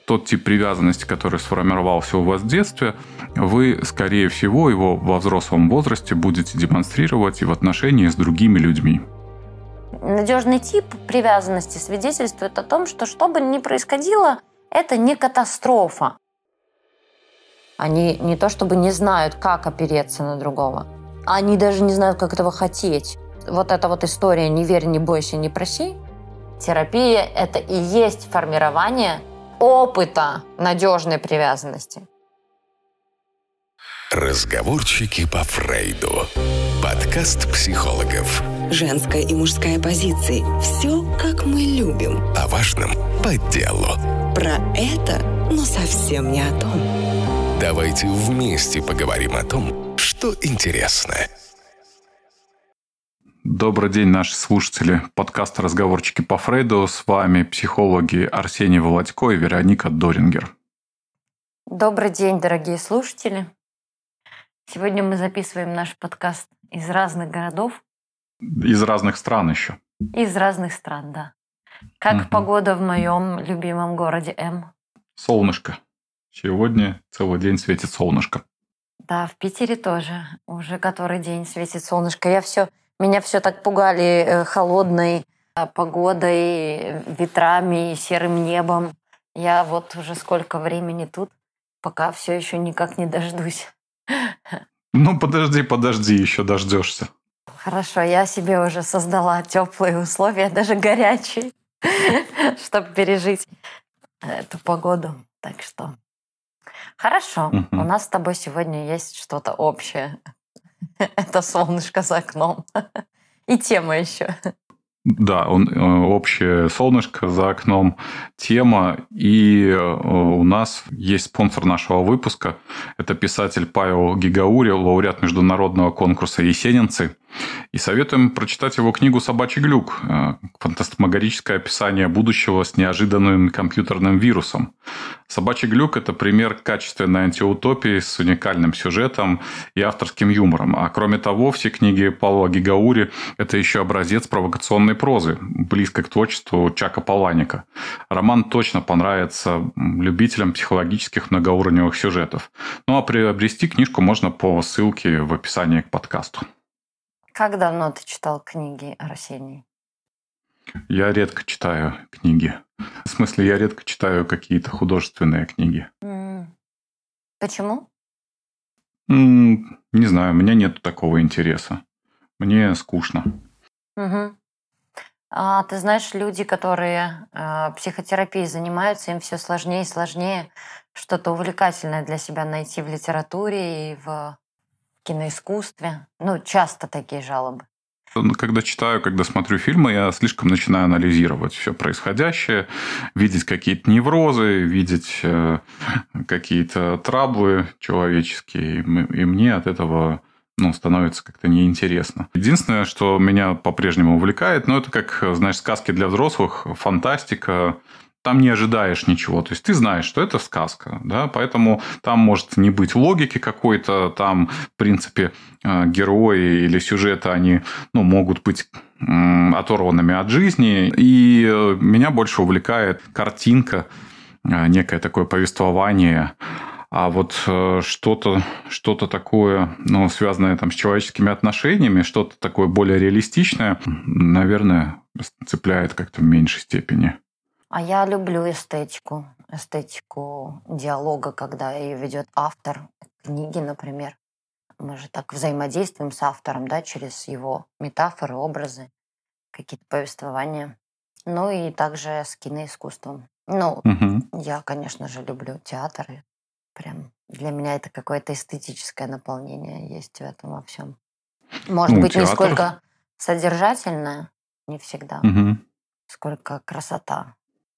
тот тип привязанности, который сформировался у вас в детстве, вы, скорее всего, его во взрослом возрасте будете демонстрировать и в отношении с другими людьми. Надежный тип привязанности свидетельствует о том, что бы ни происходило, это не катастрофа. Они не то чтобы не знают, как опереться на другого, они даже не знают, как этого хотеть. Вот эта вот история «не верь, не бойся, не проси». Терапия – это и есть формирование опыта надежной привязанности. Разговорчики по Фрейду. Подкаст психологов. Женская и мужская позиции. Все, как мы любим. О важном по делу. Про это, но совсем не о том. Давайте вместе поговорим о том, что интересно. Добрый день, наши слушатели. Подкаст «Разговорчики по Фрейду». С вами психологи Арсений Володько и Вероника Дорингер. Добрый день, дорогие слушатели. Сегодня мы записываем наш подкаст из разных городов. Из разных стран еще. Из разных стран, да. Как погода в моем любимом городе М? Солнышко. Сегодня целый день светит солнышко. Да, в Питере тоже. Уже который день светит солнышко. Меня все так пугали холодной погодой, ветрами, серым небом. Я вот уже сколько времени тут, пока все еще никак не дождусь. Ну, подожди, еще дождешься. Хорошо, я себе уже создала теплые условия, даже горячие, чтобы пережить эту погоду. Так что хорошо, у нас с тобой сегодня есть что-то общее. Это солнышко за окном. И тема еще. Да, общее солнышко за окном, тема. И у нас есть спонсор нашего выпуска. Это писатель Павел Гигаури, лауреат международного конкурса «Есенинцы». И советуем прочитать его книгу «Собачий глюк». Фантасмагорическое описание будущего с неожиданным компьютерным вирусом. «Собачий глюк» – это пример качественной антиутопии с уникальным сюжетом и авторским юмором. А кроме того, все книги Павла Гигаури – это еще образец провокационной прозы, близко к творчеству Чака Паланика. Роман точно понравится любителям психологических многоуровневых сюжетов. Ну, а приобрести книжку можно по ссылке в описании к подкасту. Как давно ты читал книги Арсений? Я редко читаю книги. В смысле, я редко читаю какие-то художественные книги. Почему? Не знаю, у меня нет такого интереса. Мне скучно. Угу. А ты знаешь, люди, которые психотерапией занимаются, им все сложнее и сложнее что-то увлекательное для себя найти в литературе и в киноискусстве. Часто такие жалобы. Когда читаю, когда смотрю фильмы, я слишком начинаю анализировать все происходящее, видеть какие-то неврозы, видеть какие-то траблы человеческие. И мне от этого становится как-то неинтересно. Единственное, что меня по-прежнему увлекает, это как, знаешь, сказки для взрослых, фантастика. Там не ожидаешь ничего. То есть, ты знаешь, что это сказка. Да? Поэтому там может не быть логики какой-то. Там, в принципе, герои или сюжеты, они могут быть оторванными от жизни. И меня больше увлекает картинка, некое такое повествование. А вот что-то такое, связанное там с человеческими отношениями, что-то такое более реалистичное, наверное, цепляет как-то в меньшей степени. А я люблю эстетику диалога, когда ее ведет автор книги, например. Мы же так взаимодействуем с автором, да, через его метафоры, образы, какие-то повествования. И также с киноискусством. Я, конечно же, люблю театр. Прям для меня это какое-то эстетическое наполнение есть в этом во всем. Может быть, театр... не сколько содержательное, не всегда, сколько красота.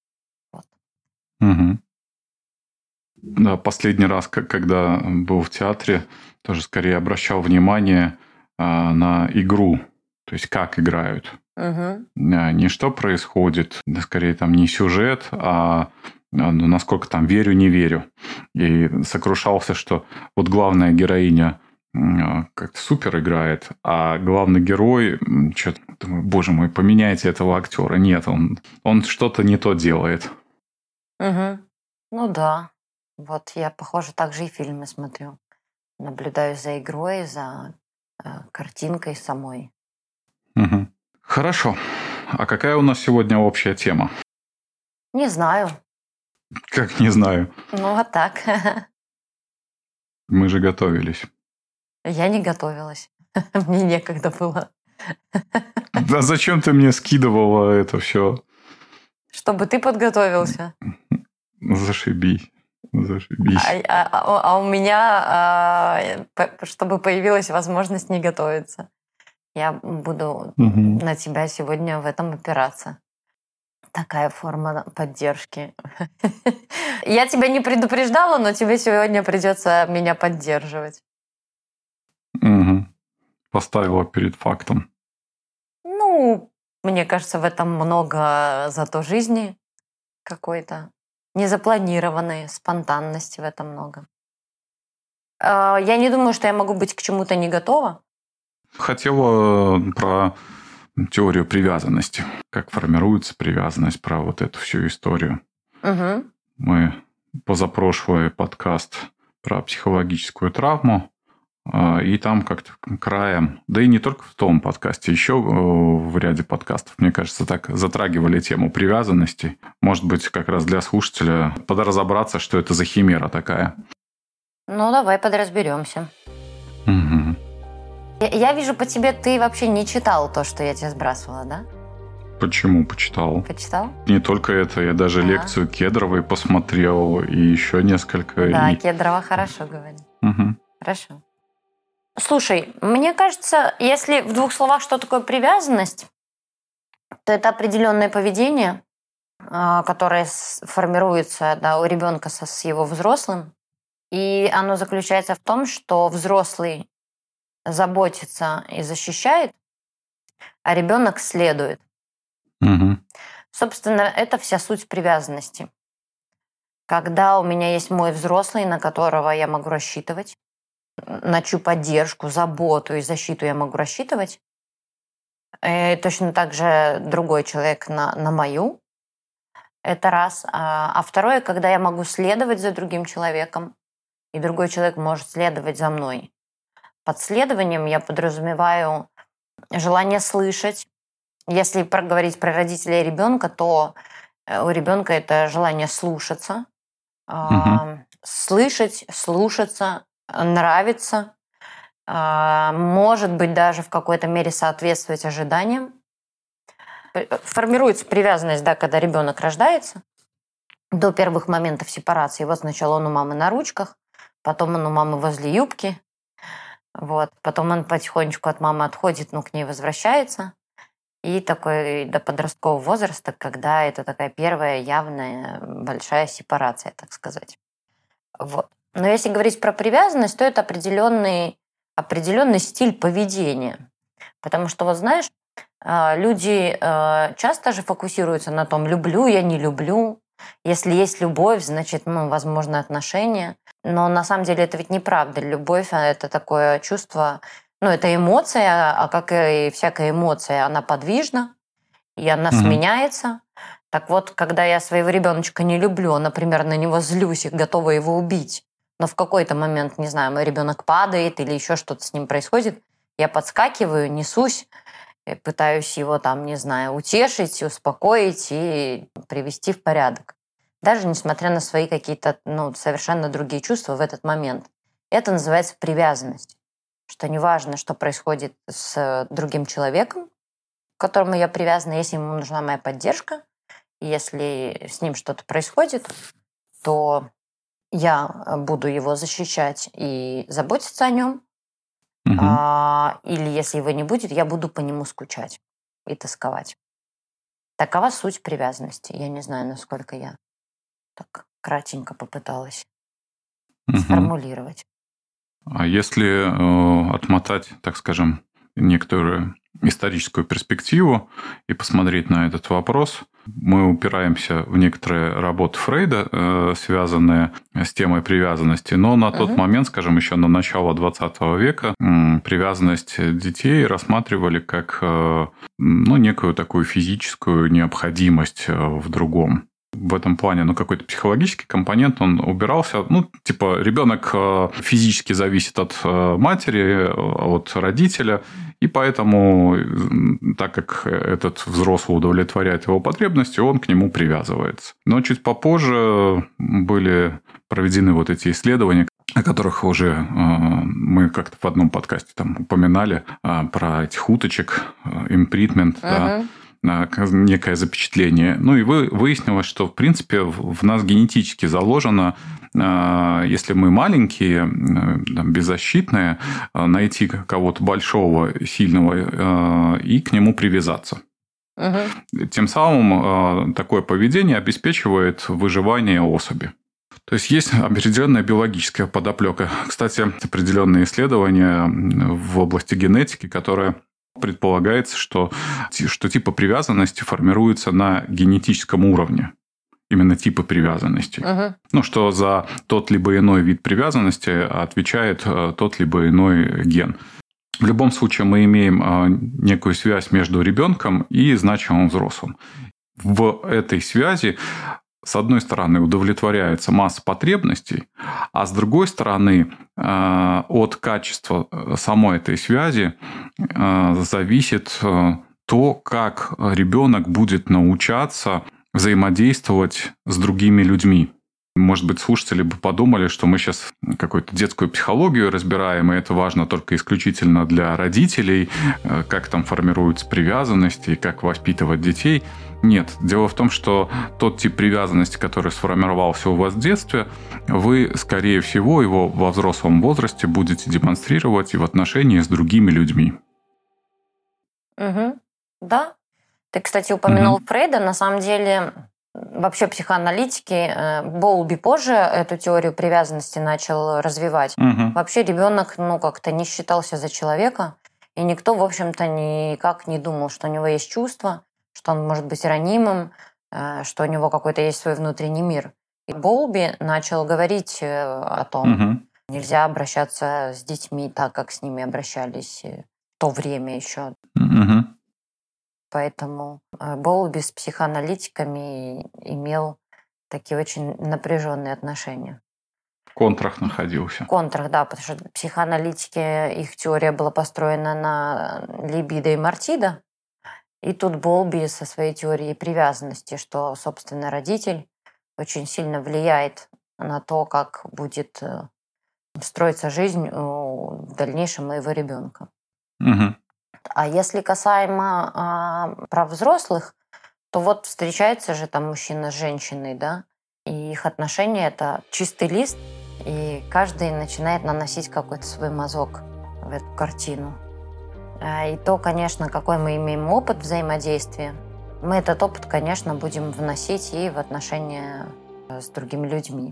Да, последний раз, когда был в театре, тоже скорее обращал внимание на игру, то есть как играют. Не что происходит, скорее там не сюжет, а насколько там верю, не верю. И сокрушался, что вот главная героиня как-то супер играет, а главный герой, что-то думаю, боже мой, поменяйте этого актера. Нет, он что-то не то делает. Ну да. Вот я, похоже, так же и фильмы смотрю. Наблюдаю за игрой, за картинкой самой. Мгм. Хорошо. А какая у нас сегодня общая тема? Не знаю. Как не знаю. Ну, вот так. Мы же готовились. Я не готовилась. Мне некогда было. Да зачем ты мне скидывала это все? Чтобы ты подготовился. Зашибись. Зашибись. А у меня, чтобы появилась возможность не готовиться. Я буду Мгм. на тебя сегодня в этом опираться. Такая форма поддержки. Я тебя не предупреждала, но тебе сегодня придется меня поддерживать. Мгм. Поставила перед фактом. Ну, мне кажется, в этом много зато жизни какой-то. Незапланированной, спонтанности в этом много. Я не думаю, что я могу быть к чему-то не готова. Хотела про теорию привязанности. Как формируется привязанность, про вот эту всю историю. Угу. Мы позапрошлый подкаст про психологическую травму. И там как-то краем, да и не только в том подкасте, еще в ряде подкастов, мне кажется, так затрагивали тему привязанности. Может быть, как раз для слушателя подразобраться, что это за химера такая. Ну, давай подразберемся. Мгм. Я вижу по тебе, ты вообще не читал то, что я тебе сбрасывала, да? Почему почитал? Почитал? Не только это, я даже лекцию Кедровой посмотрел и еще несколько. Да, и... Кедрова хорошо говорит. Мгм. Хорошо. Слушай, мне кажется, если в двух словах, что такое привязанность, то это определенное поведение, которое формируется у ребенка с его взрослым. И оно заключается в том, что взрослый заботится и защищает, а ребенок следует. Мгм. Собственно, это вся суть привязанности. Когда у меня есть мой взрослый, на которого я могу рассчитывать, на чью поддержку, заботу и защиту я могу рассчитывать, и точно так же другой человек на мою. Это раз. А второе, когда я могу следовать за другим человеком, и другой человек может следовать за мной. Под следованием я подразумеваю желание слышать. Если говорить про родителей и ребенка, то у ребенка это желание слушаться, слышать, слушаться, нравиться, может быть, даже в какой-то мере соответствовать ожиданиям. Формируется привязанность, когда ребенок рождается, до первых моментов сепарации. Вот сначала он у мамы на ручках, потом он у мамы возле юбки, вот, потом он потихонечку от мамы отходит, но к ней возвращается. И такой до подросткового возраста, когда это такая первая явная большая сепарация, так сказать. Вот. Но если говорить про привязанность, то это определенный стиль поведения. Потому что, вот знаешь, люди часто же фокусируются на том, люблю я, не люблю. Если есть любовь, значит, возможно, отношения. Но на самом деле это ведь неправда. Любовь – это такое чувство, это эмоция, а как и всякая эмоция, она подвижна, и она сменяется. Так вот, когда я своего ребеночка не люблю, например, на него злюсь и готова его убить, но в какой-то момент, не знаю, мой ребенок падает или еще что-то с ним происходит, я подскакиваю, несусь, пытаюсь его утешить, успокоить и привести в порядок. Даже несмотря на свои какие-то совершенно другие чувства в этот момент. Это называется привязанность. Что неважно, что происходит с другим человеком, к которому я привязана, если ему нужна моя поддержка, если с ним что-то происходит, то я буду его защищать и заботиться о нем. Или если его не будет, я буду по нему скучать и тосковать. Такова суть привязанности. Я не знаю, насколько я так кратенько попыталась сформулировать. А если отмотать, так скажем, некоторую историческую перспективу и посмотреть на этот вопрос, мы упираемся в некоторые работы Фрейда, связанные с темой привязанности, но на тот момент, скажем, еще на начало 20 века, привязанность детей рассматривали как некую такую физическую необходимость в другом. в этом плане, какой-то психологический компонент, он убирался. Ребенок физически зависит от матери, от родителя, и поэтому, так как этот взрослый удовлетворяет его потребности, он к нему привязывается. Но чуть попозже были проведены вот эти исследования, о которых уже мы как-то в одном подкасте там упоминали, про этих уточек, импритмент, да, некое запечатление. И выяснилось, что, в принципе, в нас генетически заложено, если мы маленькие, беззащитные, найти кого-то большого, сильного и к нему привязаться. Тем самым такое поведение обеспечивает выживание особи. То есть, есть определенная биологическая подоплека. Кстати, определенные исследования в области генетики, которые предполагается, что типы привязанности формируются на генетическом уровне. Именно типы привязанности. Что за тот либо иной вид привязанности отвечает тот либо иной ген. В любом случае мы имеем некую связь между ребенком и значимым взрослым. В этой связи, с одной стороны, удовлетворяется масса потребностей, а с другой стороны, от качества самой этой связи зависит то, как ребенок будет научаться взаимодействовать с другими людьми. Может быть, слушатели бы подумали, что мы сейчас какую-то детскую психологию разбираем, и это важно только исключительно для родителей, как там формируются привязанности и как воспитывать детей. Нет. Дело в том, что тот тип привязанности, который сформировался у вас в детстве, вы, скорее всего, его во взрослом возрасте будете демонстрировать и в отношении с другими людьми. Да. Ты, кстати, упомянул Фрейда. На самом деле, вообще психоаналитики, Боулби позже эту теорию привязанности начал развивать. Вообще ребенок, как-то не считался за человека, и никто, в общем-то, никак не думал, что у него есть чувства, что он может быть ранимым, что у него какой-то есть свой внутренний мир. И Боулби начал говорить о том, нельзя обращаться с детьми так, как с ними обращались в то время еще. Поэтому Боулби с психоаналитиками имел такие очень напряженные отношения. В контрах находился. В контрах, да, потому что психоаналитики, их теория была построена на либидо и мартидо. И тут Боулби со своей теорией привязанности, что, собственно, родитель очень сильно влияет на то, как будет строиться жизнь в дальнейшем моего ребенка. А если касаемо прав взрослых, то вот встречается же там мужчина с женщиной, да, и их отношения – это чистый лист, и каждый начинает наносить какой-то свой мазок в эту картину. И то, конечно, какой мы имеем опыт взаимодействия, мы этот опыт, конечно, будем вносить и в отношения с другими людьми.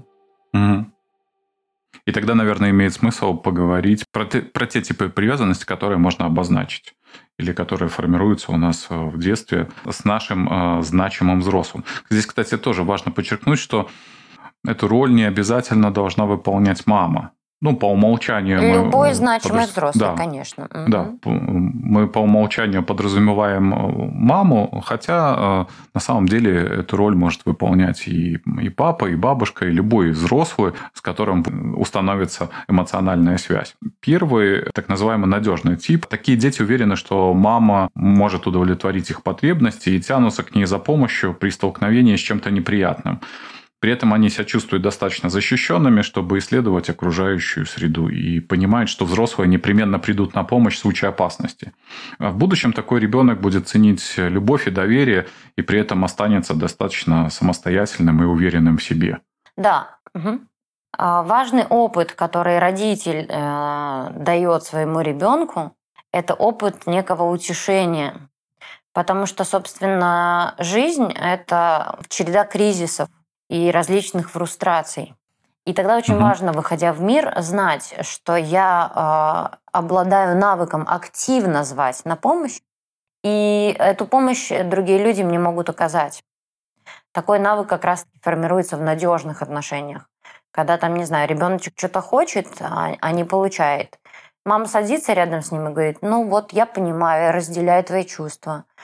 И тогда, наверное, имеет смысл поговорить про те типы привязанности, которые можно обозначить, или которые формируются у нас в детстве с нашим значимым взрослым. Здесь, кстати, тоже важно подчеркнуть, что эту роль не обязательно должна выполнять мама. По умолчанию... Любой значимый взрослый, да, конечно. Да, мы по умолчанию подразумеваем маму, хотя на самом деле эту роль может выполнять и папа, и бабушка, и любой взрослый, с которым установится эмоциональная связь. Первый, так называемый надежный тип. Такие дети уверены, что мама может удовлетворить их потребности и тянутся к ней за помощью при столкновении с чем-то неприятным. При этом они себя чувствуют достаточно защищенными, чтобы исследовать окружающую среду и понимают, что взрослые непременно придут на помощь в случае опасности. В будущем такой ребенок будет ценить любовь и доверие и при этом останется достаточно самостоятельным и уверенным в себе. Да. Важный опыт, который родитель дает своему ребенку, это опыт некого утешения. Потому что, собственно, жизнь – это череда кризисов и различных фрустраций. И тогда очень важно, выходя в мир, знать, что я обладаю навыком активно звать на помощь, и эту помощь другие люди мне могут оказать. Такой навык как раз формируется в надежных отношениях. Когда там, не знаю, ребеночек что-то хочет, а не получает. Мама садится рядом с ним и говорит: я понимаю, я разделяю твои чувства.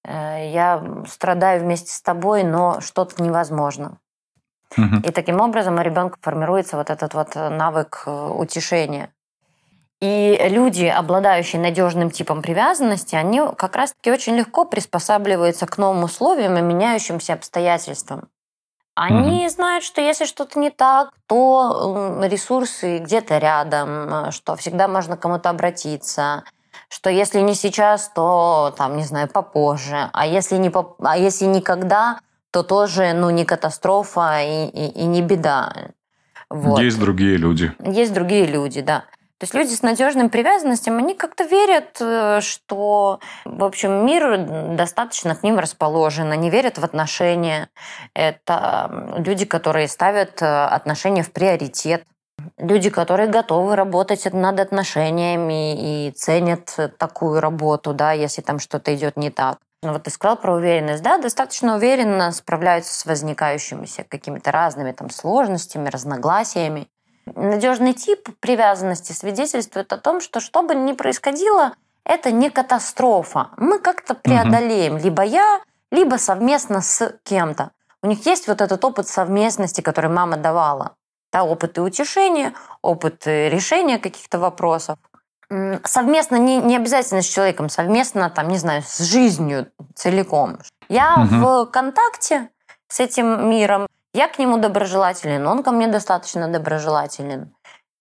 я страдаю вместе с тобой, но что-то невозможно. И таким образом у ребенка формируется вот этот вот навык утешения. И люди, обладающие надежным типом привязанности, они как раз-таки очень легко приспосабливаются к новым условиям и меняющимся обстоятельствам. Они знают, что если что-то не так, то ресурсы где-то рядом, что всегда можно к кому-то обратиться, что если не сейчас, то, там, не знаю, попозже. А если никогда, то тоже не катастрофа и не беда. Вот. Есть другие люди. Есть другие люди, да. То есть люди с надежным привязанностью, они как-то верят, что, в общем, мир достаточно к ним расположен. Они верят в отношения. Это люди, которые ставят отношения в приоритет. Люди, которые готовы работать над отношениями и ценят такую работу, да, если там что-то идет не так. Вот ты сказал про уверенность, да, достаточно уверенно справляются с возникающимися какими-то разными там сложностями, разногласиями. Надежный тип привязанности свидетельствует о том, что бы ни происходило, это не катастрофа. Мы как-то преодолеем. Либо я, либо совместно с кем-то. У них есть вот этот опыт совместности, который мама давала. Да, опыт и утешения, опыт решения каких-то вопросов. Совместно не обязательно с человеком, совместно, там, не знаю, с жизнью целиком. Я в контакте с этим миром, я к нему доброжелателен, он ко мне достаточно доброжелателен.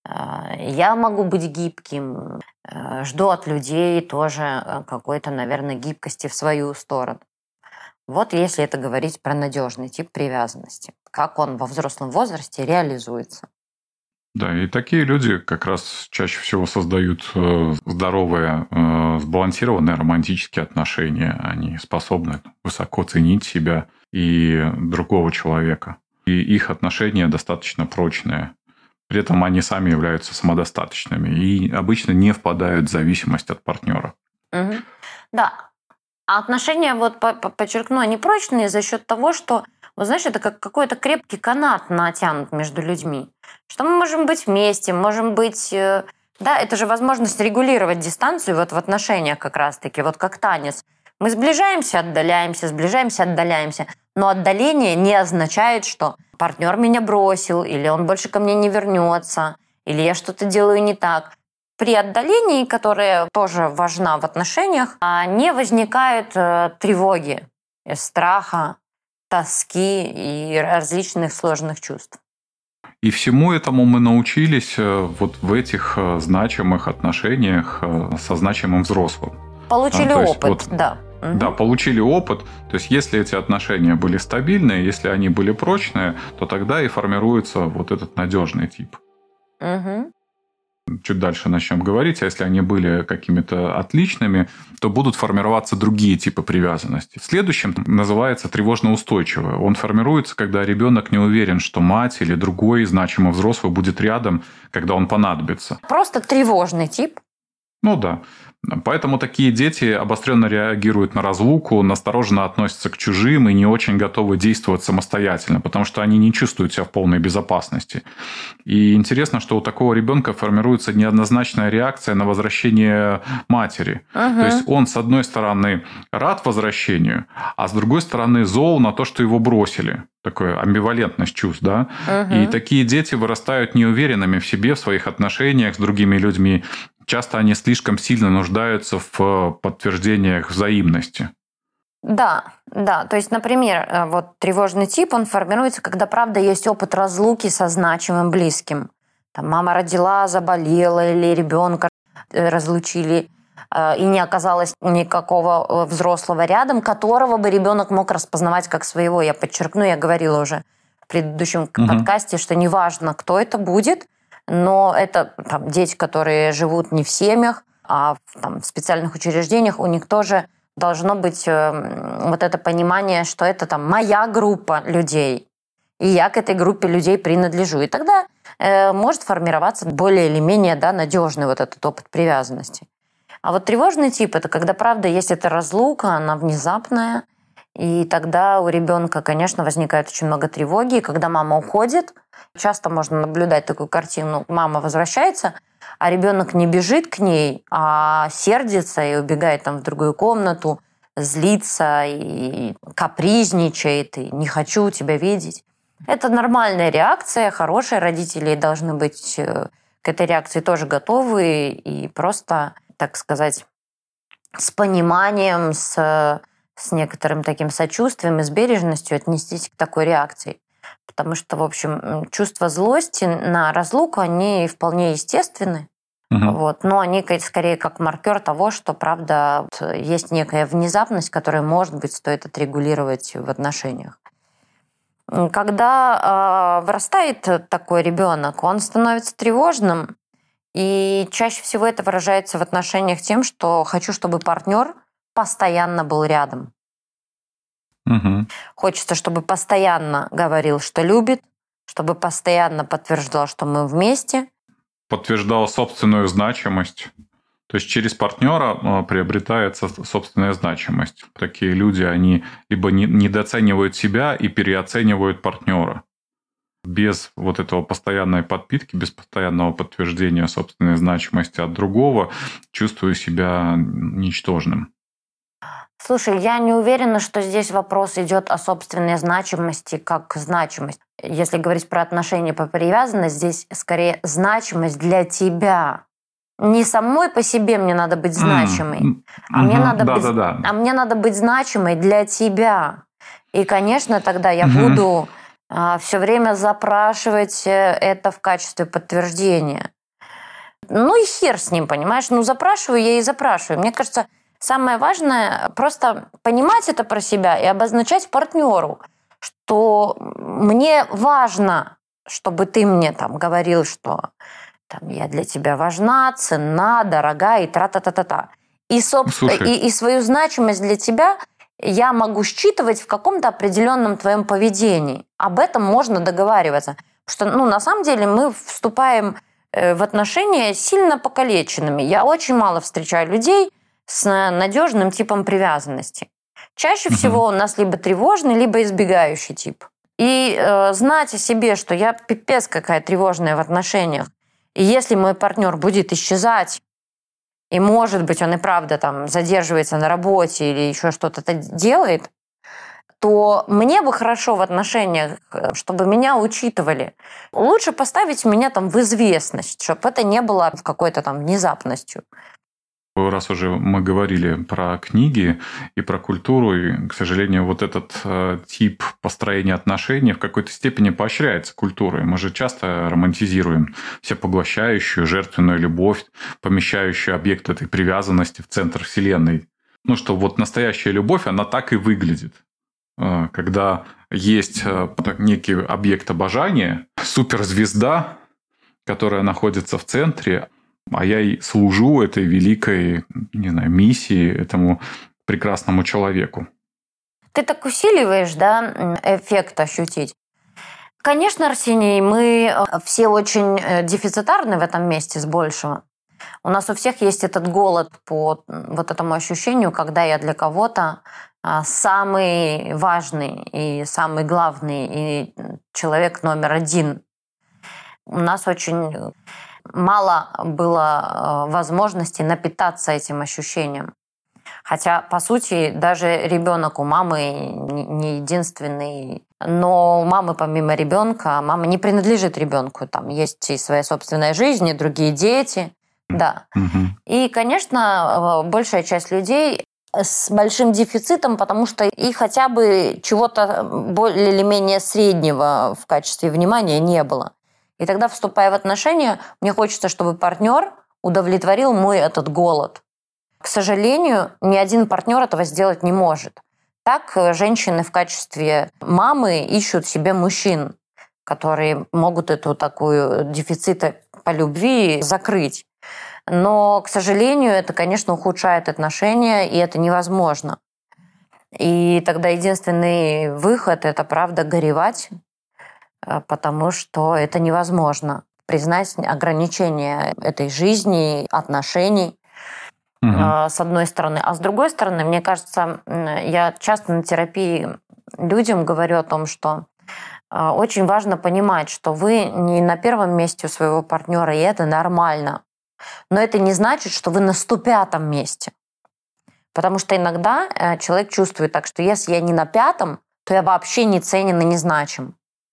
Я могу быть гибким, жду от людей тоже какой-то, наверное, гибкости в свою сторону. Вот если это говорить про надежный тип привязанности, как он во взрослом возрасте реализуется. Да, и такие люди как раз чаще всего создают здоровые, сбалансированные романтические отношения. Они способны высоко ценить себя и другого человека. И их отношения достаточно прочные. При этом они сами являются самодостаточными и обычно не впадают в зависимость от партнера. Да. А отношения, вот подчеркну, они прочные за счет того, что, вот знаешь, это как какой-то крепкий канат натянут между людьми. Что мы можем быть вместе, можем быть... Да, это же возможность регулировать дистанцию вот в отношениях как раз-таки, вот как танец. Мы сближаемся, отдаляемся. Но отдаление не означает, что партнер меня бросил, или он больше ко мне не вернется, или я что-то делаю не так. При отдалении, которое тоже важно в отношениях, не возникают тревоги, страха, тоски и различных сложных чувств. И всему этому мы научились вот в этих значимых отношениях со значимым взрослым. Получили опыт, да. Да, получили опыт. То есть, если эти отношения были стабильные, если они были прочные, то тогда и формируется вот этот надежный тип. Чуть дальше начнем говорить, а если они были какими-то отличными, то будут формироваться другие типы привязанности. Следующим называется тревожно-устойчивый. Он формируется, когда ребенок не уверен, что мать или другой значимый взрослый будет рядом, когда он понадобится. Просто тревожный тип. Ну да. Поэтому такие дети обостренно реагируют на разлуку, настороженно относятся к чужим и не очень готовы действовать самостоятельно, потому что они не чувствуют себя в полной безопасности. И интересно, что у такого ребенка формируется неоднозначная реакция на возвращение матери. То есть он, с одной стороны, рад возвращению, а с другой стороны, зол на то, что его бросили. Такая амбивалентность чувств, да? И такие дети вырастают неуверенными в себе, в своих отношениях с другими людьми. Часто они слишком сильно нуждаются в подтверждениях взаимности. Да. То есть, например, вот тревожный тип, он формируется, когда, правда, есть опыт разлуки со значимым близким. Там мама родила, заболела, или ребенка разлучили, и не оказалось никакого взрослого рядом, которого бы ребенок мог распознавать как своего. Я подчеркну, я говорила уже в предыдущем подкасте, что неважно, кто это будет, но это там, дети, которые живут не в семьях, а в специальных учреждениях, у них тоже должно быть вот это понимание, что это там моя группа людей, и я к этой группе людей принадлежу. И тогда может формироваться более или менее надежный вот этот опыт привязанности. А вот тревожный тип – это когда, правда, есть эта разлука, она внезапная, и тогда у ребенка, конечно, возникает очень много тревоги. И когда мама уходит, часто можно наблюдать такую картину. Мама возвращается, а ребенок не бежит к ней, а сердится и убегает там в другую комнату, злится и капризничает, и не хочу тебя видеть. Это нормальная реакция, хорошие родители должны быть к этой реакции тоже готовы и просто, так сказать, с пониманием, с некоторым таким сочувствием и с бережностью отнестись к такой реакции. Потому что, в общем, чувства злости на разлуку, они вполне естественны. Вот, но они скорее как маркер того, что, правда, есть некая внезапность, которую, может быть, стоит отрегулировать в отношениях. Когда вырастает такой ребенок, он становится тревожным, и чаще всего это выражается в отношениях тем, что хочу, чтобы партнер постоянно был рядом. Хочется, чтобы постоянно говорил, что любит, чтобы постоянно подтверждал, что мы вместе. Подтверждал собственную значимость. То есть через партнера приобретается собственная значимость. Такие люди, они либо недооценивают себя и переоценивают партнера. Без вот этого постоянной подпитки, без постоянного подтверждения собственной значимости от другого, чувствую себя ничтожным. Слушай, я не уверена, что здесь вопрос идет о собственной значимости как значимость. Если говорить про отношения по привязанности, здесь скорее значимость для тебя. Не самой по себе мне надо быть значимой, мне надо быть значимой для тебя. И, конечно, тогда я буду все время запрашивать это в качестве подтверждения. Ну и хер с ним, понимаешь? Запрашиваю я и запрашиваю. Мне кажется, самое важное просто понимать это про себя и обозначать партнеру, что мне важно, чтобы ты мне говорил, что я для тебя важна, ценна, дорога и тра-та-та-та-та. И свою значимость для тебя я могу считывать в каком-то определенном твоем поведении. Об этом можно договариваться. Потому что, на самом деле, мы вступаем в отношения сильно покалеченными. Я очень мало встречаю людей с надежным типом привязанности. Чаще всего у нас либо тревожный, либо избегающий тип. И знать о себе, что я пипец какая тревожная в отношениях, и если мой партнер будет исчезать, и, может быть, он и правда задерживается на работе или еще что-то делает, то мне бы хорошо в отношениях, чтобы меня учитывали. Лучше поставить меня в известность, чтобы это не было какой-то внезапностью. Раз уже мы говорили про книги и про культуру, и, к сожалению, вот этот тип построения отношений в какой-то степени поощряется культурой. Мы же часто романтизируем всепоглощающую, жертвенную любовь, помещающую объект этой привязанности в центр вселенной. Что вот настоящая любовь, она так и выглядит. Когда есть некий объект обожания, суперзвезда, которая находится в центре, а я и служу этой великой, миссии, этому прекрасному человеку. Ты так усиливаешь, эффект ощутить. Конечно, Арсений, мы все очень дефицитарны в этом месте с большего. У нас у всех есть этот голод по вот этому ощущению, когда я для кого-то самый важный и самый главный, и человек номер один. У нас очень мало было возможности напитаться этим ощущением. Хотя, по сути, даже ребенок у мамы не единственный. Но у мамы, помимо ребенка, мама не принадлежит ребенку. Там есть и своя собственная жизнь, и другие дети. Да. И, конечно, большая часть людей с большим дефицитом, потому что и хотя бы чего-то более или менее среднего в качестве внимания не было. И тогда, вступая в отношения, мне хочется, чтобы партнер удовлетворил мой этот голод. К сожалению, ни один партнер этого сделать не может. Так женщины в качестве мамы ищут себе мужчин, которые могут эту такую дефицит по любви закрыть. Но, к сожалению, это, конечно, ухудшает отношения, и это невозможно. И тогда единственный выход – это, правда, горевать, потому что это невозможно. Признать ограничения этой жизни, отношений, с одной стороны. А с другой стороны, мне кажется, я часто на терапии людям говорю о том, что очень важно понимать, что вы не на первом месте у своего партнера, и это нормально. Но это не значит, что вы на 105-м месте. Потому что иногда человек чувствует так, что если я не на 5, то я вообще не ценен и не значим.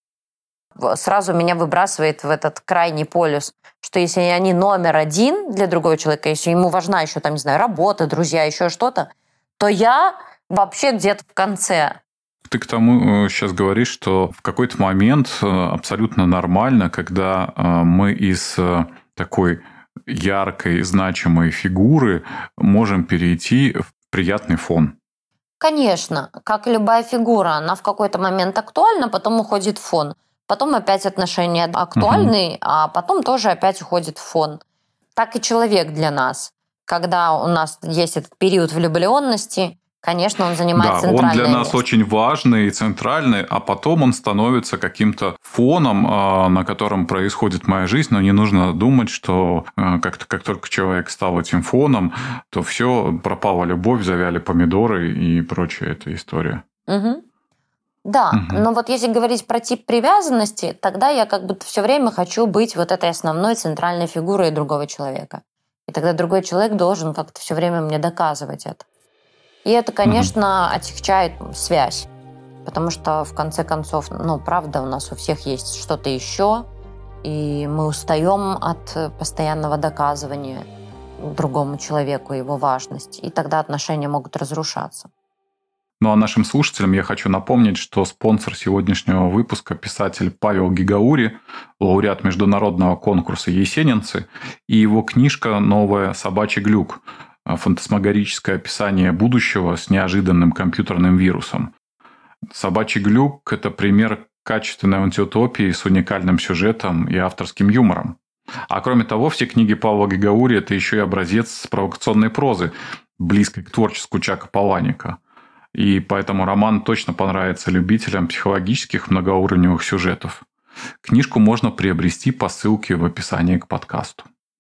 Сразу меня выбрасывает в этот крайний полюс, что если они номер 1 для другого человека, если ему важна еще, там, не знаю, работа, друзья, еще что-то, то я вообще где-то в конце. Ты к тому сейчас говоришь, что в какой-то момент абсолютно нормально, когда мы из такой яркой, значимой фигуры можем перейти в приятный фон. Конечно, как и любая фигура, она в какой-то момент актуальна, потом уходит в фон. Потом опять отношения актуальны, а потом тоже опять уходит в фон. Так и человек для нас. Когда у нас есть этот период влюбленности, конечно, он занимает центральное место. Он для нас очень важный и центральный, а потом он становится каким-то фоном, на котором происходит моя жизнь, но не нужно думать, что как только человек стал этим фоном, то все, пропала любовь, завяли помидоры и прочая эта история. Угу. Да, но вот если говорить про тип привязанности, тогда я как будто все время хочу быть вот этой основной центральной фигурой другого человека. И тогда другой человек должен как-то все время мне доказывать это. И это, конечно, отягчает связь. Потому что, в конце концов, правда, у нас у всех есть что-то еще, и мы устаем от постоянного доказывания другому человеку его важности. И тогда отношения могут разрушаться. Ну а нашим слушателям я хочу напомнить, что спонсор сегодняшнего выпуска – писатель Павел Гигаури, лауреат международного конкурса «Есенинцы», и его книжка «Новая собачий глюк. Фантасмагорическое описание будущего с неожиданным компьютерным вирусом». «Собачий глюк» – это пример качественной антиутопии с уникальным сюжетом и авторским юмором. А кроме того, все книги Павла Гигаури – это еще и образец провокационной прозы, близкой к творчеству Чака Паланика. И поэтому роман точно понравится любителям психологических многоуровневых сюжетов. Книжку можно приобрести по ссылке в описании к подкасту.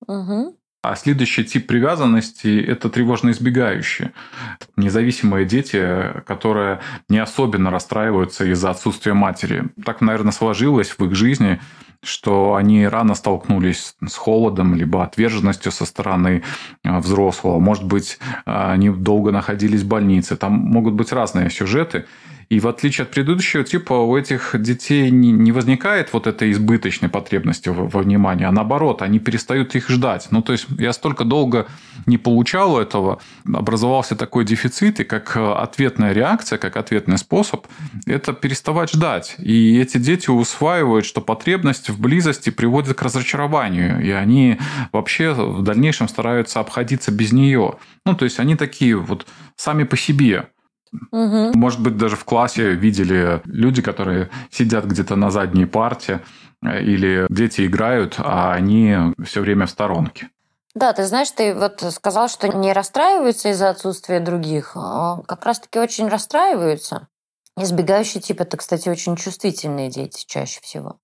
А следующий тип привязанности – это тревожно-избегающие. Независимые дети, которые не особенно расстраиваются из-за отсутствия матери. Так, наверное, сложилось в их жизни, что они рано столкнулись с холодом, либо отверженностью со стороны взрослого. Может быть, они долго находились в больнице. Там могут быть разные сюжеты. И в отличие от предыдущего типа, у этих детей не возникает вот этой избыточной потребности во внимании, а наоборот, они перестают их ждать. То есть, я столько долго не получал этого, образовался такой дефицит, и как ответная реакция, как ответный способ, это переставать ждать. И эти дети усваивают, что потребность в близости приводит к разочарованию, и они вообще в дальнейшем стараются обходиться без нее. То есть, они такие вот сами по себе. Может быть, даже в классе видели люди, которые сидят где-то на задней парте, или дети играют, а они все время в сторонке. Да, ты знаешь, ты вот сказал, что не расстраиваются из-за отсутствия других. Как раз-таки очень расстраиваются. Избегающий тип – это, кстати, очень чувствительные дети чаще всего.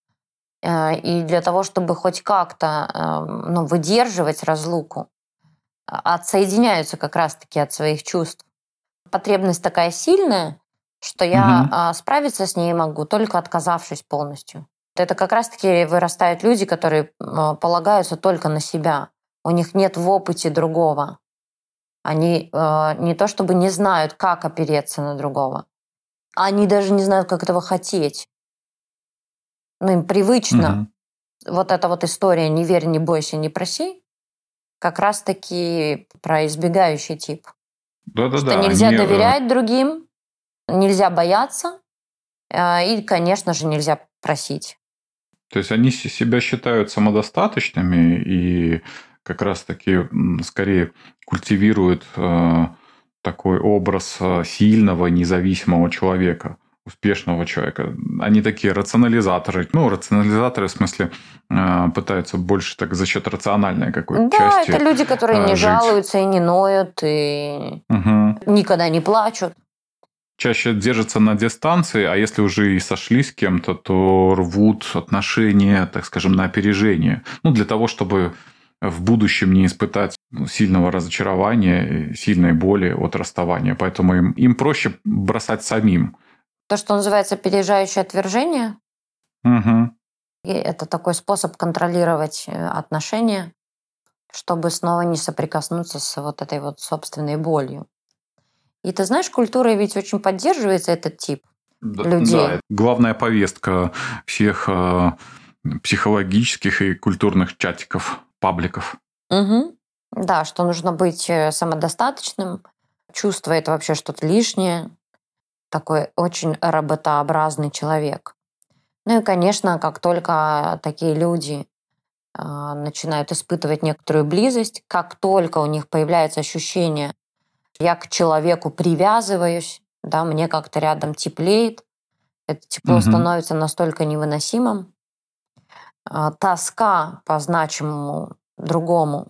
И для того, чтобы хоть как-то выдерживать разлуку, отсоединяются как раз-таки от своих чувств. Потребность такая сильная, что я справиться с ней могу, только отказавшись полностью. Это как раз-таки вырастают люди, которые полагаются только на себя. У них нет в опыте другого. Они не то чтобы не знают, как опереться на другого, они даже не знают, как этого хотеть. Им привычно. Вот эта вот история «не верь, не бойся, не проси» как раз-таки про избегающий тип. Да-да-да. Что нельзя доверять другим, нельзя бояться и, конечно же, нельзя просить. То есть, они себя считают самодостаточными и как раз-таки скорее культивируют такой образ сильного, независимого человека, успешного человека. Они такие рационализаторы. Рационализаторы в смысле пытаются больше так за счет рациональной какой-то части. Да, это люди, которые не жалуются и не ноют, и никогда не плачут. Чаще держатся на дистанции, а если уже и сошлись с кем-то, то рвут отношения, так скажем, на опережение. Для того, чтобы в будущем не испытать сильного разочарования, сильной боли от расставания. Поэтому им проще бросать самим. То, что называется опережающее отвержение. И это такой способ контролировать отношения, чтобы снова не соприкоснуться с вот этой вот собственной болью. И ты знаешь, культурой ведь очень поддерживается этот тип людей. Да, это главная повестка всех психологических и культурных чатиков, пабликов. Угу. Да, что нужно быть самодостаточным, чувство это вообще что-то лишнее, такой очень роботообразный человек. Ну и, конечно, как только такие люди начинают испытывать некоторую близость, как только у них появляется ощущение, я к человеку привязываюсь, да, мне как-то рядом теплеет, это тепло становится настолько невыносимым, тоска по значимому другому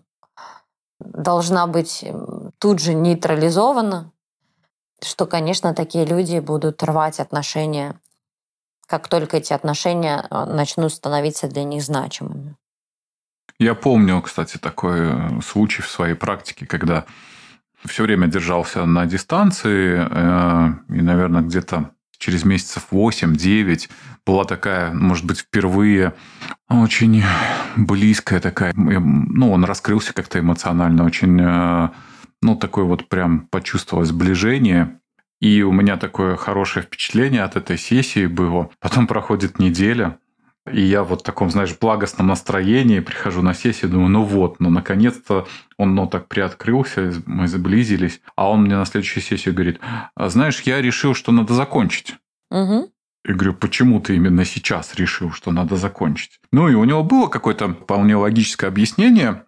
должна быть тут же нейтрализована, что, конечно, такие люди будут рвать отношения, как только эти отношения начнут становиться для них значимыми. Я помню, кстати, такой случай в своей практике, когда все время держался на дистанции, и, наверное, где-то через месяцев 8-9 была такая, может быть, впервые очень близкая такая, он раскрылся как-то эмоционально, очень, такое вот прям почувствовалось сближение. И у меня такое хорошее впечатление от этой сессии было. Потом проходит неделя, и я вот в таком, знаешь, благостном настроении прихожу на сессию, думаю, наконец-то он так приоткрылся, мы сблизились. А он мне на следующей сессии говорит, знаешь, я решил, что надо закончить. Угу. Я говорю, почему ты именно сейчас решил, что надо закончить? И у него было какое-то вполне логическое объяснение.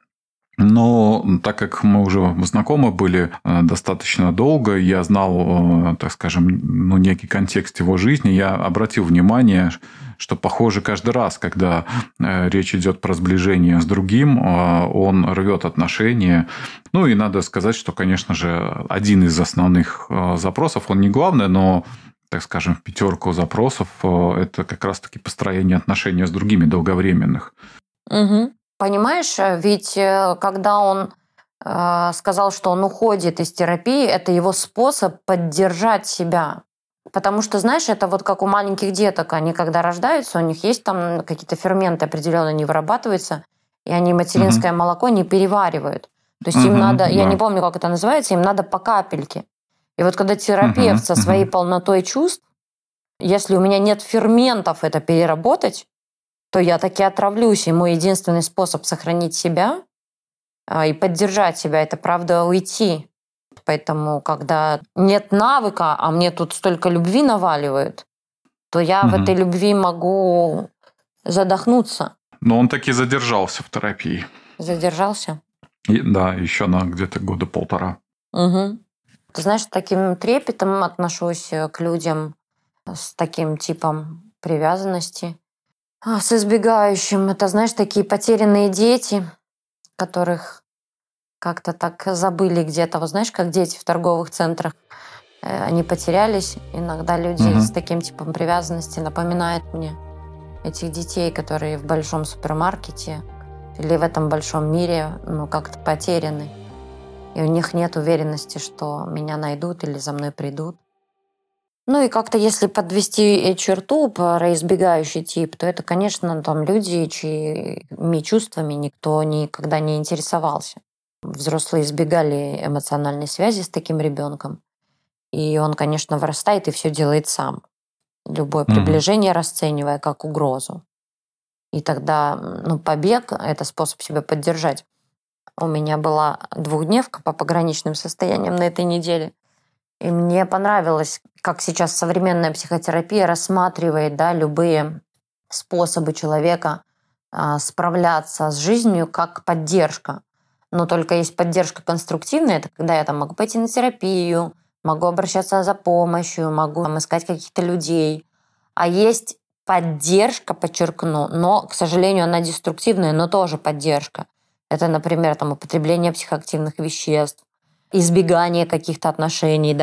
Но так как мы уже знакомы были достаточно долго, я знал, так скажем, некий контекст его жизни, я обратил внимание, что, похоже, каждый раз, когда речь идет про сближение с другим, он рвет отношения. И надо сказать, что, конечно же, один из основных запросов, он не главный, но, так скажем, в 5 запросов это как раз-таки построение отношений с другими долговременных. Угу. Понимаешь, ведь когда он сказал, что он уходит из терапии, это его способ поддержать себя. Потому что, знаешь, это вот как у маленьких деток. Они когда рождаются, у них есть там какие-то ферменты определенно не вырабатываются, и они материнское молоко не переваривают. То есть им надо, я не помню, как это называется, им надо по капельке. И вот когда терапевт со своей полнотой чувств, если у меня нет ферментов это переработать, то я таки отравлюсь. И мой единственный способ сохранить себя и поддержать себя, это, правда, уйти. Поэтому, когда нет навыка, а мне тут столько любви наваливают, то я в этой любви могу задохнуться. Но он таки задержался в терапии. Задержался? Да, еще на где-то 1.5 года. Угу. Ты знаешь, с таким трепетом отношусь к людям с таким типом привязанности. С избегающим. Это, знаешь, такие потерянные дети, которых как-то так забыли где-то. Вот знаешь, как дети в торговых центрах, они потерялись. Иногда люди с таким типом привязанности напоминают мне этих детей, которые в большом супермаркете или в этом большом мире, как-то потеряны. И у них нет уверенности, что меня найдут или за мной придут. И как-то если подвести черту про избегающий тип, то это, конечно, там люди, чьими чувствами никто никогда не интересовался. Взрослые избегали эмоциональной связи с таким ребенком. И он, конечно, вырастает и все делает сам. Любое приближение расценивая как угрозу. И тогда побег – это способ себя поддержать. У меня была 2-дневка по пограничным состояниям на этой неделе. И мне понравилось, как сейчас современная психотерапия рассматривает любые способы человека справляться с жизнью как поддержка. Но только есть поддержка конструктивная, это когда я могу пойти на терапию, могу обращаться за помощью, могу искать каких-то людей. А есть поддержка, подчеркну, но, к сожалению, она деструктивная, но тоже поддержка. Это, например, употребление психоактивных веществ, избегание каких-то отношений,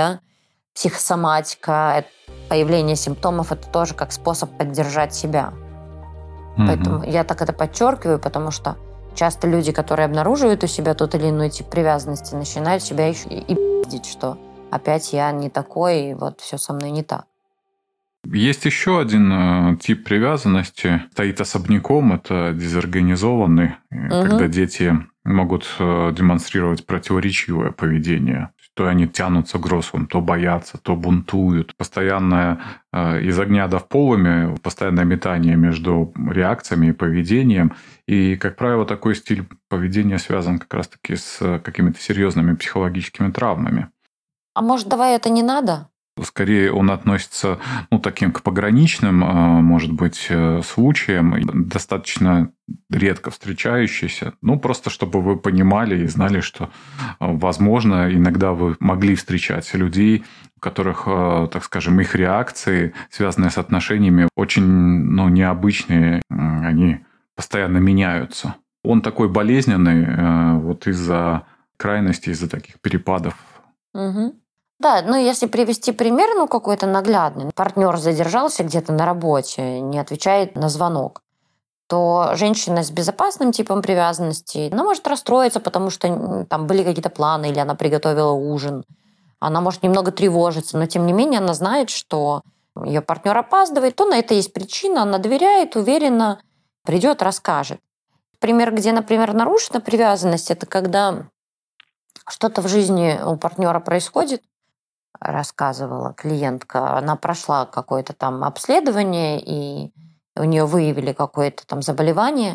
психосоматика, появление симптомов – это тоже как способ поддержать себя. Поэтому я так это подчеркиваю, потому что часто люди, которые обнаруживают у себя тот или иной тип привязанности, начинают себя еще и пиздить, что опять я не такой, и вот все со мной не так. Есть еще один тип привязанности, стоит особняком, это дезорганизованный, когда дети могут демонстрировать противоречивое поведение. То они тянутся к взрослым, то боятся, то бунтуют. Постоянное из огня до вполыми, постоянное метание между реакциями и поведением. И, как правило, такой стиль поведения связан как раз-таки с какими-то серьезными психологическими травмами. А может, давай это не надо? Скорее он относится таким к пограничным, может быть, случаям, достаточно редко встречающийся. Просто чтобы вы понимали и знали, что, возможно, иногда вы могли встречать людей, у которых, так скажем, их реакции, связанные с отношениями, очень необычные, они постоянно меняются. Он такой болезненный вот из-за крайности, из-за таких перепадов. Угу. Да, если привести пример, какой-то наглядный, партнер задержался где-то на работе, не отвечает на звонок, то женщина с безопасным типом привязанности, она может расстроиться, потому что там были какие-то планы, или она приготовила ужин. Она может немного тревожиться, но тем не менее она знает, что ее партнер опаздывает, то на это есть причина, она доверяет, уверенно придет, расскажет. Пример, где, например, нарушена привязанность, это когда что-то в жизни у партнера происходит, рассказывала клиентка, она прошла какое-то там обследование, и у нее выявили какое-то там заболевание,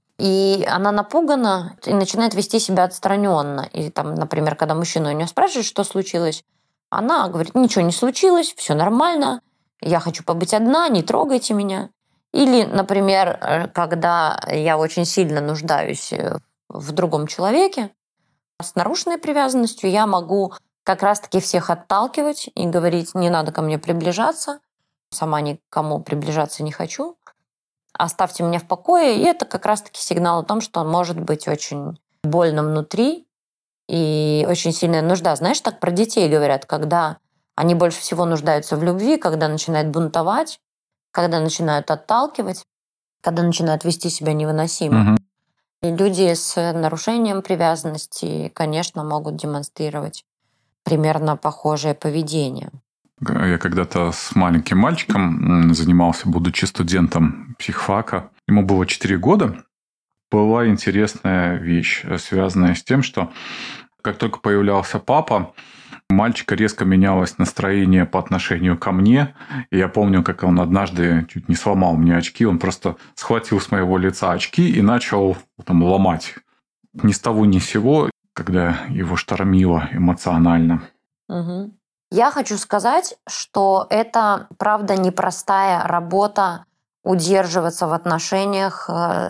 и она напугана и начинает вести себя отстраненно. И там, например, когда мужчина у нее спрашивает, что случилось, она говорит, ничего не случилось, все нормально, я хочу побыть одна, не трогайте меня. Или, например, когда я очень сильно нуждаюсь в другом человеке, с нарушенной привязанностью я могу как раз-таки всех отталкивать и говорить, не надо ко мне приближаться, сама никому приближаться не хочу, оставьте меня в покое. И это как раз-таки сигнал о том, что он может быть очень больно внутри и очень сильная нужда. Знаешь, так про детей говорят, когда они больше всего нуждаются в любви, когда начинают бунтовать, когда начинают отталкивать, когда начинают вести себя невыносимо. И люди с нарушением привязанности, конечно, могут демонстрировать примерно похожее поведение. Я когда-то с маленьким мальчиком занимался, будучи студентом психфака. Ему было 4 года. Была интересная вещь, связанная с тем, что как только появлялся папа, у мальчика резко менялось настроение по отношению ко мне. И я помню, как он однажды чуть не сломал мне очки. Он просто схватил с моего лица очки и начал ломать. Ни с того ни с сего, когда его штормило эмоционально. Угу. Я хочу сказать, что это, правда, непростая работа удерживаться в отношениях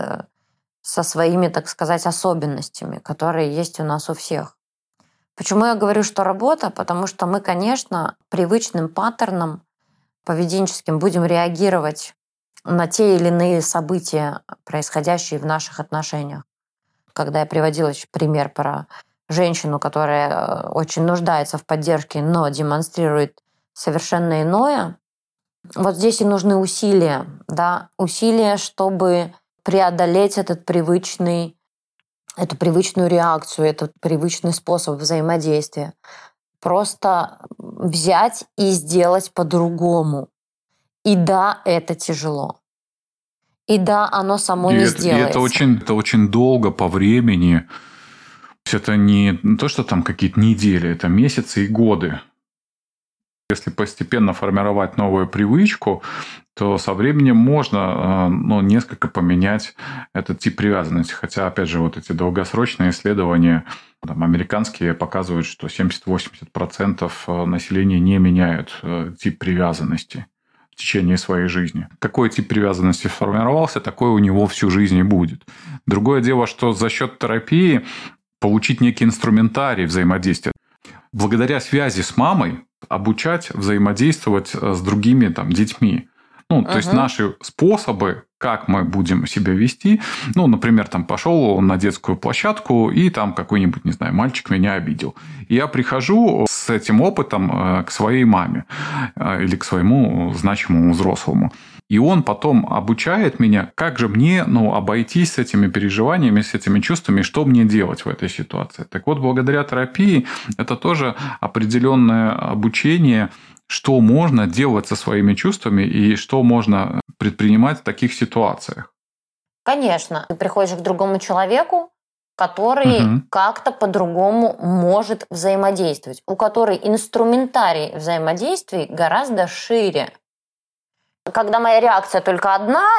со своими, так сказать, особенностями, которые есть у нас у всех. Почему я говорю, что работа? Потому что мы, конечно, привычным паттерном поведенческим будем реагировать на те или иные события, происходящие в наших отношениях. Когда я приводила пример про женщину, которая очень нуждается в поддержке, но демонстрирует совершенно иное, вот здесь и нужны усилия, да, усилия, чтобы преодолеть эту привычную реакцию, этот привычный способ взаимодействия. Просто взять и сделать по-другому. И да, это тяжело. И да, оно само не сделается. И это очень долго по времени. Это не то, что там какие-то недели, это месяцы и годы. Если постепенно формировать новую привычку, то со временем можно несколько поменять этот тип привязанности. Хотя, опять же, вот эти долгосрочные исследования американские показывают, что 70-80% населения не меняют тип привязанности в течение своей жизни. Какой тип привязанности сформировался, такой у него всю жизнь и будет. Другое дело, что за счет терапии получить некий инструментарий взаимодействия. Благодаря связи с мамой обучать взаимодействовать с другими детьми. То есть наши способы, как мы будем себя вести. Например, пошел на детскую площадку, и там какой-нибудь, не знаю, мальчик меня обидел. И я прихожу с этим опытом к своей маме или к своему значимому взрослому. И он потом обучает меня, как же мне обойтись с этими переживаниями, с этими чувствами, что мне делать в этой ситуации. Так вот, благодаря терапии это тоже определенное обучение что можно делать со своими чувствами и что можно предпринимать в таких ситуациях. Конечно, ты приходишь к другому человеку, который Мгм. как-то по-другому может взаимодействовать, у которой инструментарий взаимодействий гораздо шире. Когда моя реакция только одна,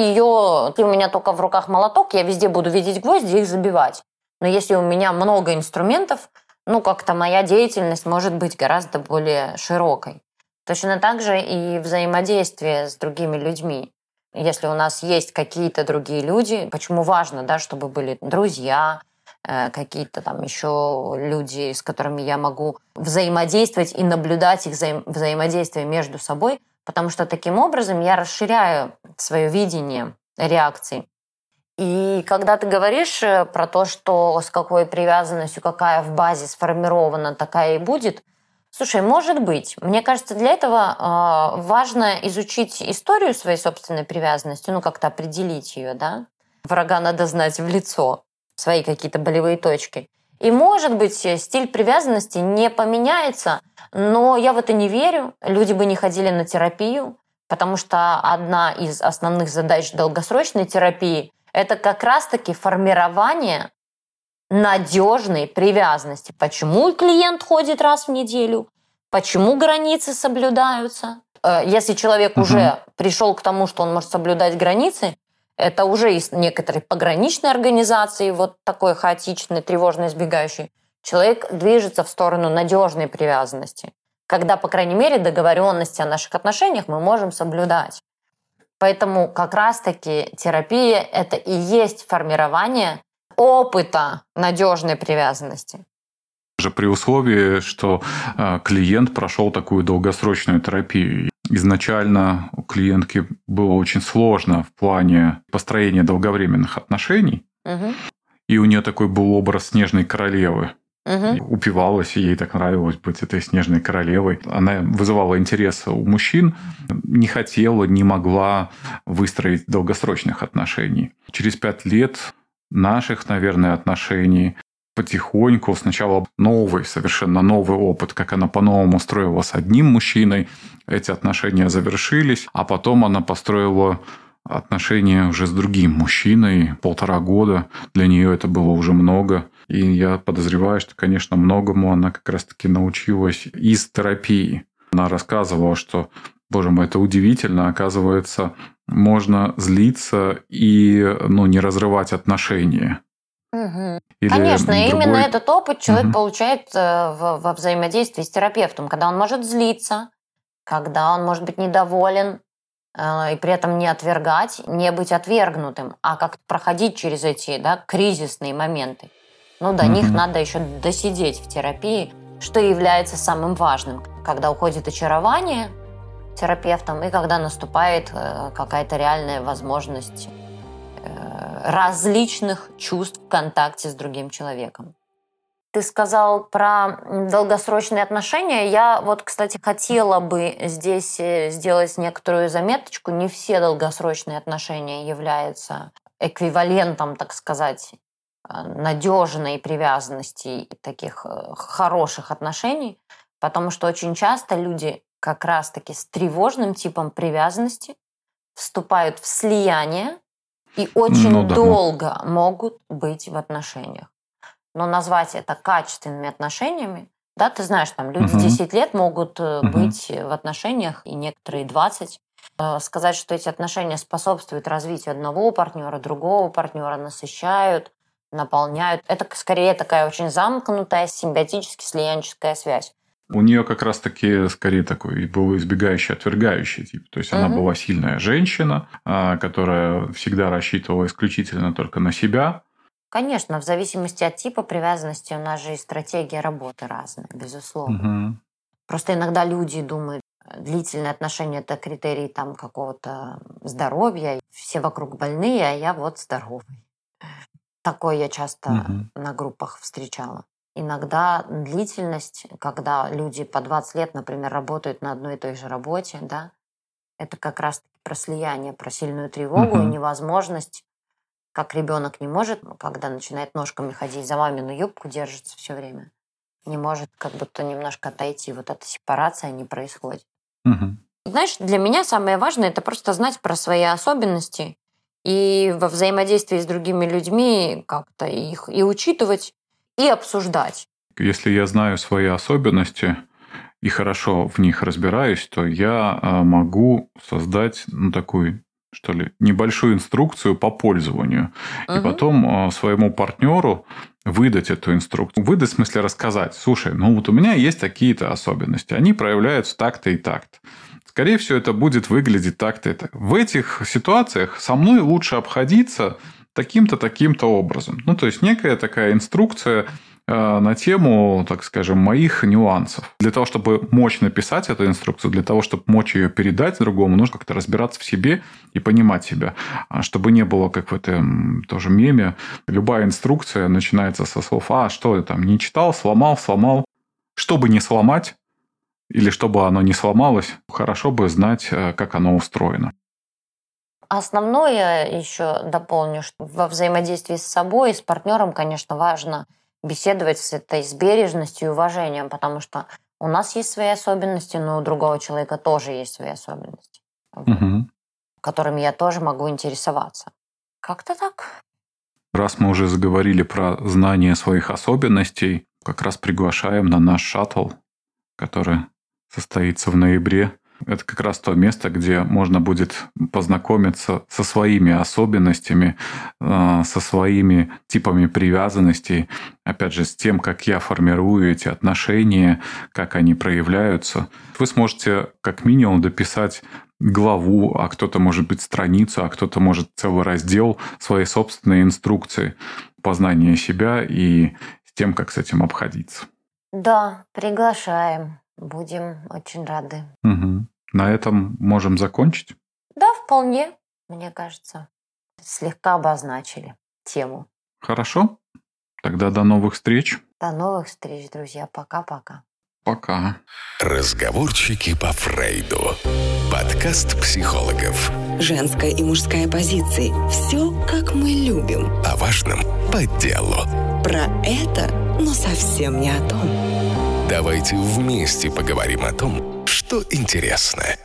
у меня только в руках молоток, я везде буду видеть гвозди и их забивать. Но если у меня много инструментов, как-то моя деятельность может быть гораздо более широкой. Точно так же и взаимодействие с другими людьми. Если у нас есть какие-то другие люди, почему важно, да, чтобы были друзья, какие-то там еще люди, с которыми я могу взаимодействовать и наблюдать их взаимодействие между собой, потому что таким образом я расширяю свое видение реакций. И когда ты говоришь про то, что с какой привязанностью, какая в базе сформирована, такая и будет, слушай, может быть. Мне кажется, для этого важно изучить историю своей собственной привязанности, как-то определить ее, да. Врага надо знать в лицо, свои какие-то болевые точки. И, может быть, стиль привязанности не поменяется, но я в это не верю. Люди бы не ходили на терапию, потому что одна из основных задач долгосрочной терапии – это как раз-таки формирование надежной привязанности. Почему клиент ходит раз в неделю? Почему границы соблюдаются? Если человек уже пришел к тому, что он может соблюдать границы, это уже из некоторой пограничной организации, вот такой хаотичной, тревожной, избегающей, человек движется в сторону надежной привязанности, когда, по крайней мере, договоренности о наших отношениях мы можем соблюдать. Поэтому как раз-таки терапия – это и есть формирование опыта надежной привязанности. Же при условии, что клиент прошел такую долгосрочную терапию. Изначально у клиентки было очень сложно в плане построения долговременных отношений, и у нее такой был образ снежной королевы. Упивалась, и ей так нравилось быть этой снежной королевой. Она вызывала интерес у мужчин, не хотела, не могла выстроить долгосрочных отношений. Через 5 лет наших, наверное, отношений потихоньку сначала совершенно новый опыт, как она по-новому строила с одним мужчиной, эти отношения завершились, а потом она построила отношения уже с другим мужчиной 1,5 года. Для нее это было уже много. И я подозреваю, что, конечно, многому она как раз-таки научилась из терапии. Она рассказывала, что, боже мой, это удивительно, оказывается, можно злиться и не разрывать отношения. Конечно, именно этот опыт человек получает во взаимодействии с терапевтом, когда он может злиться, когда он может быть недоволен, и при этом не отвергать, не быть отвергнутым, а как проходить через эти кризисные моменты. До них надо еще досидеть в терапии, что является самым важным, когда уходит очарование терапевтом и когда наступает какая-то реальная возможность различных чувств в контакте с другим человеком. Ты сказал про долгосрочные отношения. Я кстати, хотела бы здесь сделать некоторую заметочку. Не все долгосрочные отношения являются эквивалентом, так сказать, надежной привязанности и таких хороших отношений, потому что очень часто люди как раз-таки с тревожным типом привязанности вступают в слияние и очень долго могут быть в отношениях. Но назвать это качественными отношениями, ты знаешь, люди 10 лет могут быть в отношениях, и некоторые 20. Сказать, что эти отношения способствуют развитию одного партнера, другого партнера, насыщают, наполняют, это скорее такая очень замкнутая, симбиотически слиянческая связь. У нее как раз-таки скорее такой был избегающий, отвергающий тип. То есть она была сильная женщина, которая всегда рассчитывала исключительно только на себя. Конечно, в зависимости от типа привязанности у нас же и стратегия работы разная, безусловно. Просто иногда люди думают, длительные отношения – это критерий какого-то здоровья. Все вокруг больные, а я здоровый. Такое я часто на группах встречала. Иногда длительность, когда люди по 20 лет, например, работают на одной и той же работе, это как раз про слияние, про сильную тревогу и невозможность, как ребенок не может, когда начинает ножками ходить, за мамину юбку держится все время. не может как будто немножко отойти. Вот эта сепарация не происходит. Мгм. Знаешь, для меня самое важное – это просто знать про свои особенности и во взаимодействии с другими людьми как-то их и учитывать, и обсуждать. Если я знаю свои особенности и хорошо в них разбираюсь, то я могу создать такую, что ли, небольшую инструкцию по пользованию. И Мгм. потом своему партнеру выдать эту инструкцию. Выдать в смысле рассказать. Слушай, ну вот у меня есть такие-то особенности. Они проявляются так-то и так-то. Скорее всего, это будет выглядеть так-то и так. В этих ситуациях со мной лучше обходиться таким-то, таким-то образом. Ну, то есть, некая такая инструкция на тему, так скажем, моих нюансов. Для того, чтобы мочь написать эту инструкцию, для того, чтобы мочь ее передать другому, нужно как-то разбираться в себе и понимать себя. Чтобы не было, как в этом тоже меме, любая инструкция начинается со слов «А, что я там не читал, сломал». Чтобы не сломать, или чтобы оно не сломалось, хорошо бы знать, как оно устроено. Основное еще дополню, что во взаимодействии с собой и с партнером, конечно, важно беседовать с этой с бережностью и уважением, потому что у нас есть свои особенности, но у другого человека тоже есть свои особенности, Мгм. которыми я тоже могу интересоваться. Как-то так. Раз мы уже заговорили про знание своих особенностей, как раз приглашаем на наш шаттл, который состоится в ноябре. Это как раз то место, где можно будет познакомиться со своими особенностями, со своими типами привязанностей, опять же, с тем, как я формирую эти отношения, как они проявляются. Вы сможете как минимум дописать главу, а кто-то, может быть, страницу, а кто-то, может, целый раздел своей собственной инструкции познания себя и с тем, как с этим обходиться. Да, приглашаем. Будем очень рады. Мгм. На этом можем закончить. Да, вполне, мне кажется. Слегка обозначили тему. Хорошо? Тогда до новых встреч. До новых встреч, друзья. Пока-пока. Пока. Разговорчики по Фрейду. Подкаст психологов. Женская и мужская позиции. Все, как мы любим. О важном по делу. Про это, но совсем не о том. Давайте вместе поговорим о том, что интересно.